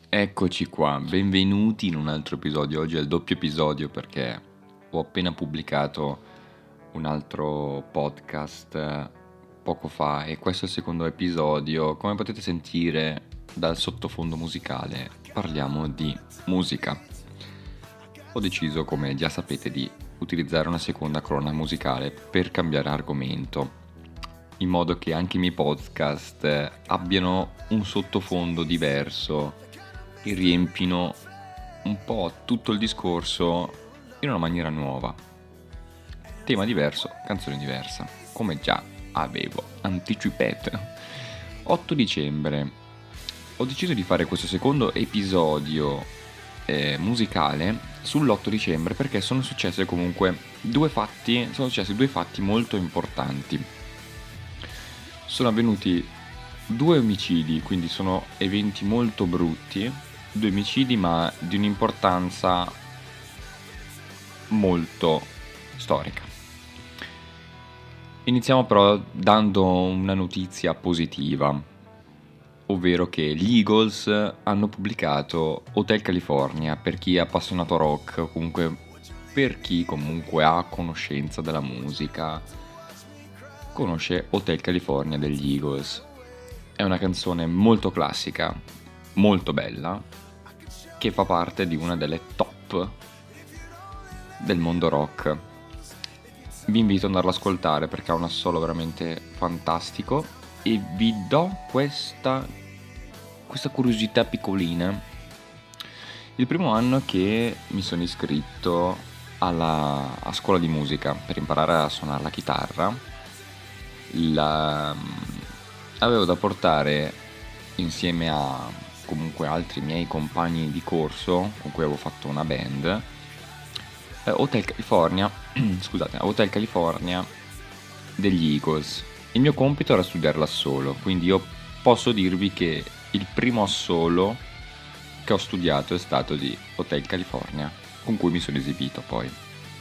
Eccoci qua, benvenuti in un altro episodio. Oggi è il doppio episodio perché ho appena pubblicato un altro podcast poco fa e questo è il secondo episodio. Come potete sentire dal sottofondo musicale, parliamo di musica. Ho deciso, come già sapete, di utilizzare una seconda colonna musicale per cambiare argomento, in modo che anche i miei podcast abbiano un sottofondo diverso e riempino un po' tutto il discorso in una maniera nuova. Tema diverso, canzone diversa, come già avevo anticipato. 8 dicembre. Ho deciso di fare questo secondo episodio musicale sull'8 dicembre perché sono successi due fatti molto importanti. Sono avvenuti due omicidi, quindi sono eventi molto brutti, due omicidi ma di un'importanza molto storica. Iniziamo però dando una notizia positiva, ovvero che gli Eagles hanno pubblicato Hotel California. Per chi è appassionato rock, o comunque per chi comunque ha conoscenza della musica, conosce Hotel California degli Eagles. È una canzone molto classica, molto bella, che fa parte di una delle top del mondo rock. Vi invito ad andarla ad ascoltare perché ha un assolo veramente fantastico e vi do questa curiosità piccolina. Il primo anno che mi sono iscritto a scuola di musica per imparare a suonare la chitarra, avevo da portare insieme a comunque altri miei compagni di corso con cui avevo fatto una band Hotel California Hotel California degli Eagles. Il mio compito era studiare l'assolo, quindi io posso dirvi che il primo assolo che ho studiato è stato di Hotel California, con cui mi sono esibito poi.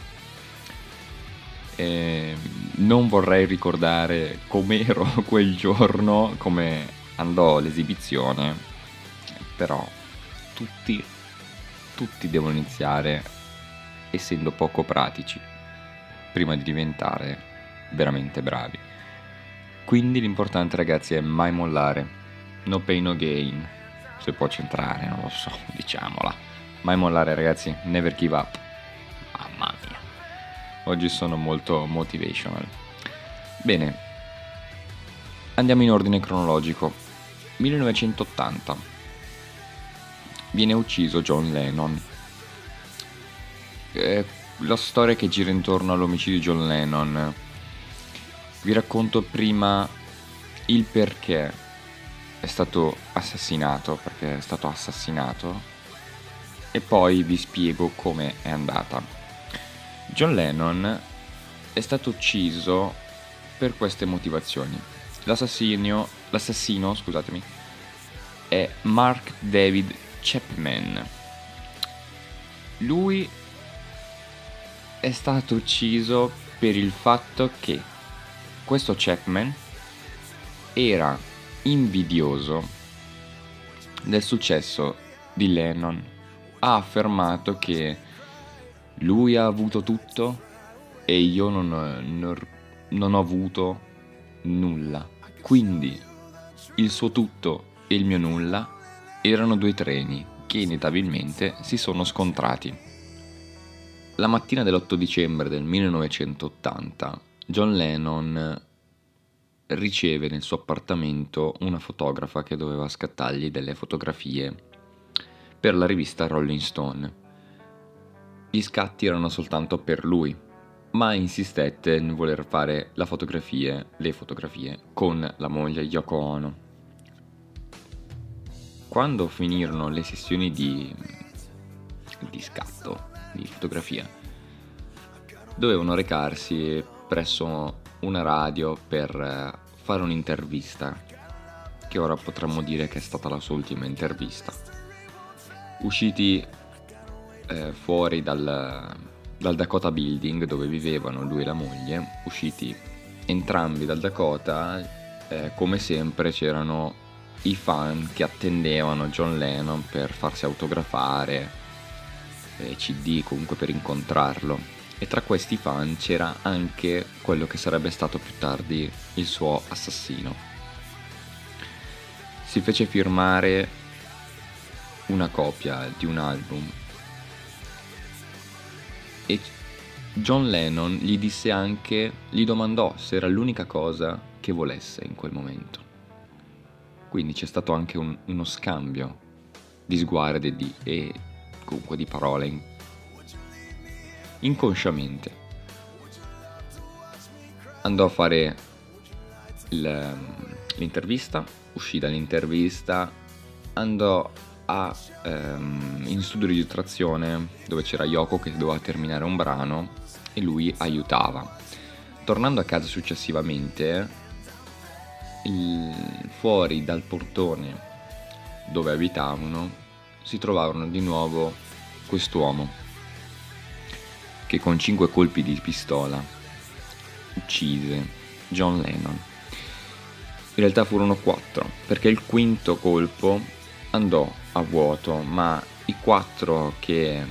Non vorrei ricordare com'ero quel giorno, come andò l'esibizione, però tutti devono iniziare essendo poco pratici prima di diventare veramente bravi. Quindi l'importante, ragazzi, è mai mollare, no pain no gain, se può centrare, non lo so, diciamola, mai mollare, ragazzi, never give up. Mamma mia, oggi sono molto motivational. Bene, andiamo in ordine cronologico. 1980 viene ucciso John Lennon. La storia che gira intorno all'omicidio di John Lennon. Vi racconto prima il perché è stato assassinato, e poi vi spiego come è andata. John Lennon è stato ucciso per queste motivazioni. L'assassino, è Mark David Chapman. Lui è stato ucciso per il fatto che questo Chapman era invidioso del successo di Lennon. Ha affermato che lui ha avuto tutto e io non ho avuto nulla. Quindi il suo tutto e il mio nulla erano due treni che inevitabilmente si sono scontrati. La mattina dell'8 dicembre del 1980, John Lennon riceve nel suo appartamento una fotografa che doveva scattargli delle fotografie per la rivista Rolling Stone. Gli scatti erano soltanto per lui, ma insistette nel voler fare le fotografie con la moglie Yoko Ono. Quando finirono le sessioni di scatto, di fotografia, dovevano recarsi presso una radio per fare un'intervista, che ora potremmo dire che è stata la sua ultima intervista. Usciti fuori dal Dakota Building dove vivevano lui e la moglie, usciti entrambi dal Dakota, come sempre c'erano i fan che attendevano John Lennon per farsi autografare, CD, comunque per incontrarlo. E tra questi fan c'era anche quello che sarebbe stato più tardi il suo assassino. Si fece firmare una copia di un album e John Lennon gli domandò se era l'unica cosa che volesse in quel momento. Quindi c'è stato anche uno scambio di sguardi e comunque di parole inconsciamente. Andò a fare l'intervista, uscì dall'intervista, andò in studio di registrazione dove c'era Yoko che doveva terminare un brano e lui aiutava. Tornando a casa successivamente, fuori dal portone dove abitavano si trovarono di nuovo quest'uomo che con 5 colpi di pistola uccise John Lennon. In realtà furono 4, perché il quinto colpo andò a vuoto, ma i 4 che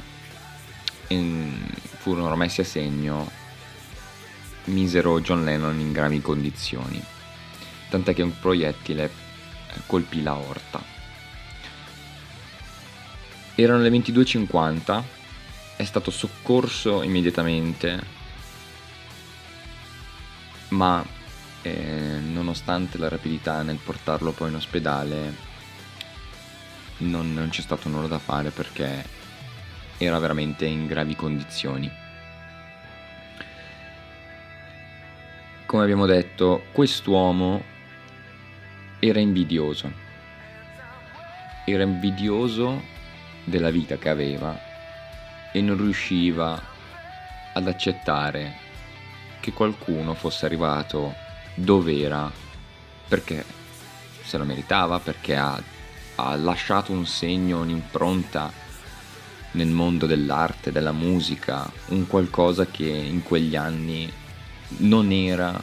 furono messi a segno misero John Lennon in gravi condizioni, tant'è che un proiettile colpì l'aorta. Erano le 22:50, è stato soccorso immediatamente, ma nonostante la rapidità nel portarlo poi in ospedale non c'è stato nulla da fare perché era veramente in gravi condizioni. Come abbiamo detto, quest'uomo era invidioso della vita che aveva e non riusciva ad accettare che qualcuno fosse arrivato dove era perché se lo meritava, perché ha lasciato un segno, un'impronta nel mondo dell'arte, della musica, un qualcosa che in quegli anni non era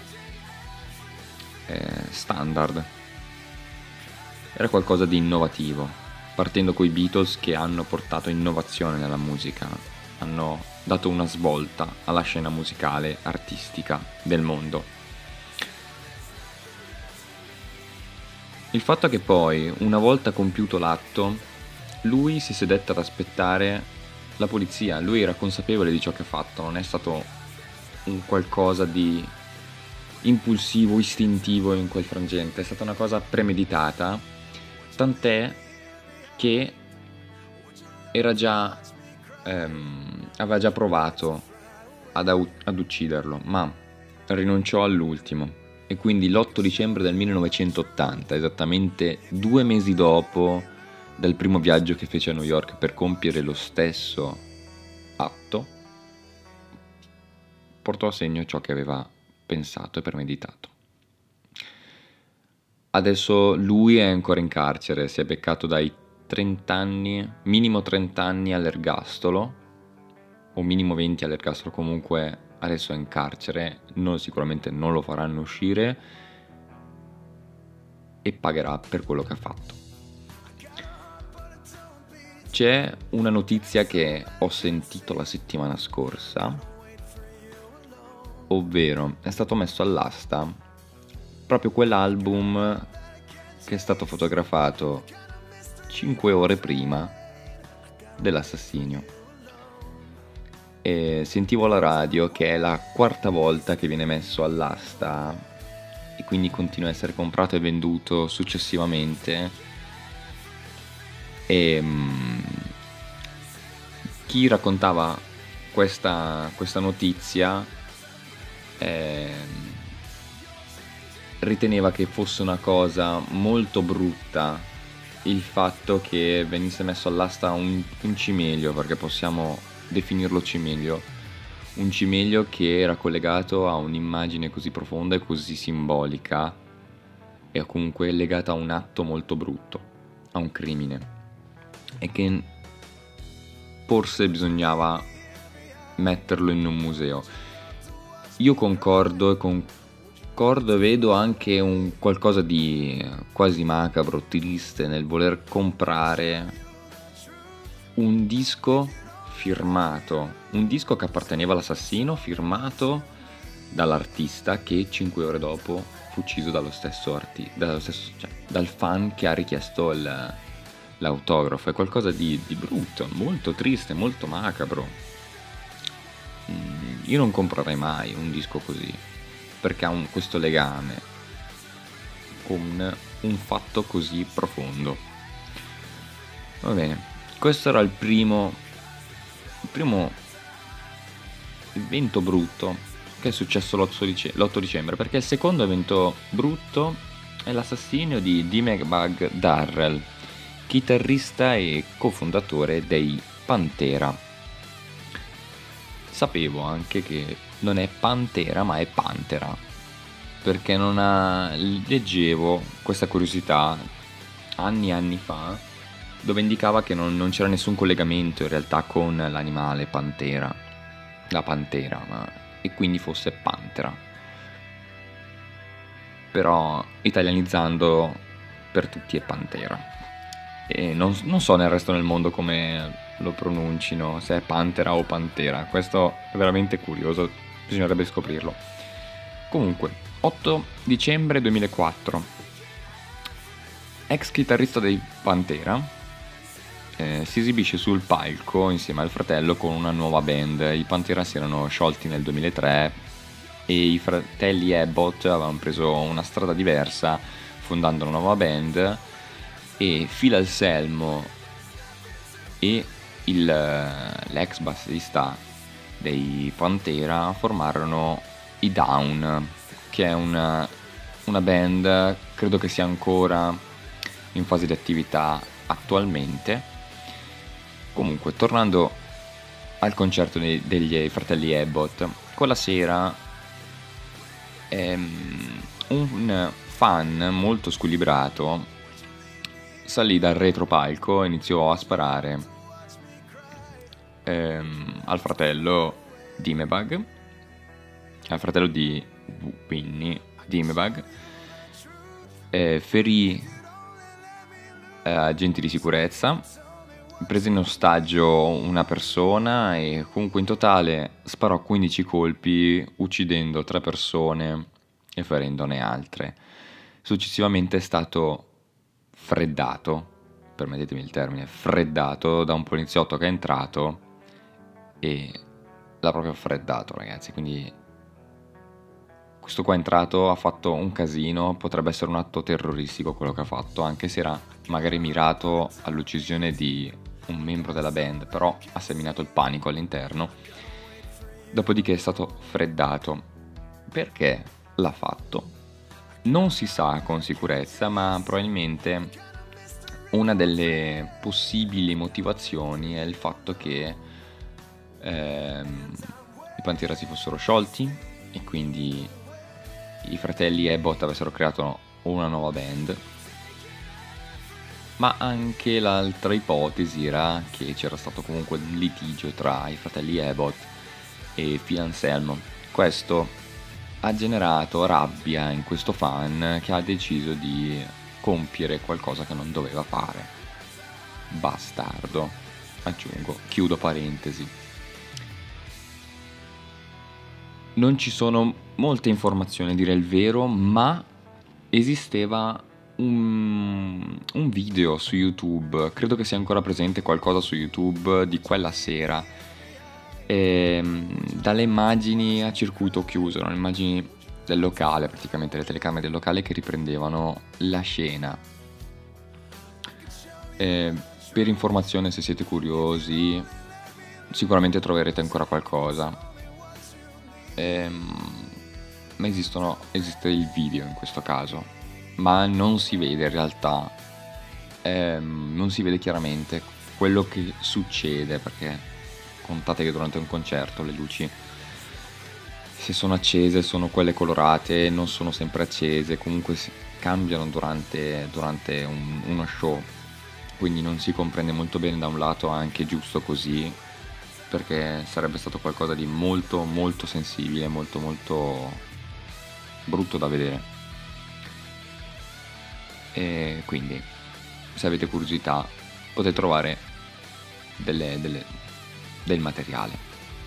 standard, era qualcosa di innovativo, partendo coi Beatles che hanno portato innovazione nella musica, hanno dato una svolta alla scena musicale artistica del mondo. Il fatto è che poi, una volta compiuto l'atto, lui si sedette ad aspettare la polizia. Lui era consapevole di ciò che ha fatto, non è stato un qualcosa di impulsivo, istintivo in quel frangente, è stata una cosa premeditata, tant'è che aveva già provato ad ucciderlo, ma rinunciò all'ultimo. E quindi l'8 dicembre del 1980, esattamente 2 mesi dopo dal primo viaggio che fece a New York per compiere lo stesso atto, portò a segno ciò che aveva pensato e premeditato. Adesso lui è ancora in carcere, si è beccato dai 30 anni, minimo 30 anni all'ergastolo, o minimo 20 all'ergastolo, comunque adesso è in carcere, sicuramente non lo faranno uscire e pagherà per quello che ha fatto. C'è una notizia che ho sentito la settimana scorsa, ovvero è stato messo all'asta proprio quell'album che è stato fotografato 5 ore prima dell'assassinio. E sentivo alla radio che è la 4ª volta che viene messo all'asta e quindi continua a essere comprato e venduto successivamente. E chi raccontava questa notizia riteneva che fosse una cosa molto brutta il fatto che venisse messo all'asta un cimelio, perché possiamo definirlo cimelio, un cimelio che era collegato a un'immagine così profonda e così simbolica e comunque legata a un atto molto brutto, a un crimine, e che forse bisognava metterlo in un museo. Io concordo d'accordo, vedo anche un qualcosa di quasi macabro, triste nel voler comprare un disco firmato, un disco che apparteneva all'assassino, firmato dall'artista che 5 ore dopo fu ucciso cioè, dal fan che ha richiesto l'autografo. È qualcosa di brutto, molto triste, molto macabro. Io non comprerei mai un disco così, perché ha questo legame con un fatto così profondo. Va bene, questo era il primo evento brutto che è successo l'8 dicembre, perché il secondo evento brutto è l'assassinio di Dimebag Darrell, chitarrista e cofondatore dei Pantera. Sapevo anche che non è Pantera ma è Pantera, perché leggevo questa curiosità anni e anni fa, dove indicava che non c'era nessun collegamento in realtà con l'animale pantera, la pantera, e quindi fosse Pantera. Però italianizzando per tutti è Pantera. E non so nel resto del mondo come lo pronuncino, se è Pantera o Pantera. Questo è veramente curioso, bisognerebbe scoprirlo. Comunque, 8 dicembre 2004. Ex chitarrista dei Pantera si esibisce sul palco insieme al fratello con una nuova band. I Pantera si erano sciolti nel 2003 e i fratelli Abbott avevano preso una strada diversa fondando una nuova band, e Phil Anselmo e l'ex bassista dei Pantera formarono i Down, che è una band, credo che sia ancora in fase di attività attualmente. Comunque, tornando al concerto degli fratelli Abbott, quella sera un fan molto squilibrato salì dal retropalco e iniziò a sparare al fratello Dimebag, al fratello di Winnie Dimebag, ferì agenti di sicurezza, prese in ostaggio una persona e comunque in totale sparò 15 colpi, uccidendo 3 persone e ferendone altre. Successivamente è stato freddato, permettetemi il termine, freddato da un poliziotto che è entrato e l'ha proprio freddato, ragazzi. Quindi questo qua è entrato, ha fatto un casino, potrebbe essere un atto terroristico quello che ha fatto, anche se era magari mirato all'uccisione di un membro della band, però ha seminato il panico all'interno. Dopodiché è stato freddato. Perché l'ha fatto? Non si sa con sicurezza, ma probabilmente una delle possibili motivazioni è il fatto che i Pantera si fossero sciolti e quindi i fratelli Abbott avessero creato una nuova band. Ma anche l'altra ipotesi era che c'era stato comunque un litigio tra i fratelli Abbott e Phil Anselmo. Questo ha generato rabbia in questo fan, che ha deciso di compiere qualcosa che non doveva fare. Bastardo, aggiungo, chiudo parentesi. Non ci sono molte informazioni a dire il vero, ma esisteva un video su YouTube, credo che sia ancora presente qualcosa su YouTube di quella sera, dalle immagini a circuito chiuso, erano immagini del locale, praticamente le telecamere del locale che riprendevano la scena. Per informazione, se siete curiosi, sicuramente troverete ancora qualcosa. Ma esiste il video in questo caso, ma non si vede in realtà, non si vede chiaramente quello che succede, perché contate che durante un concerto le luci, se sono accese, sono quelle colorate, non sono sempre accese, comunque si cambiano durante uno show, quindi non si comprende molto bene. Da un lato anche giusto così, perché sarebbe stato qualcosa di molto molto sensibile, molto molto brutto da vedere. E quindi, se avete curiosità, potete trovare del materiale.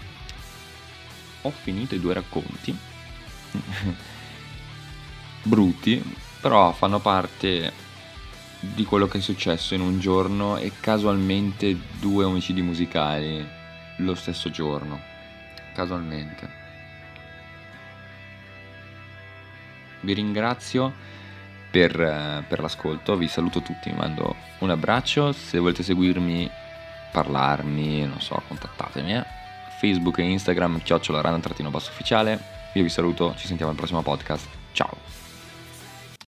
Ho finito i 2 racconti brutti, però fanno parte di quello che è successo in un giorno, e casualmente 2 omicidi musicali lo stesso giorno, casualmente. Vi ringrazio per l'ascolto, vi saluto tutti, vi mando un abbraccio. Se volete seguirmi, parlarmi, non so, contattatemi, Facebook e Instagram @rana_ufficiale. Io vi saluto, ci sentiamo al prossimo podcast, ciao.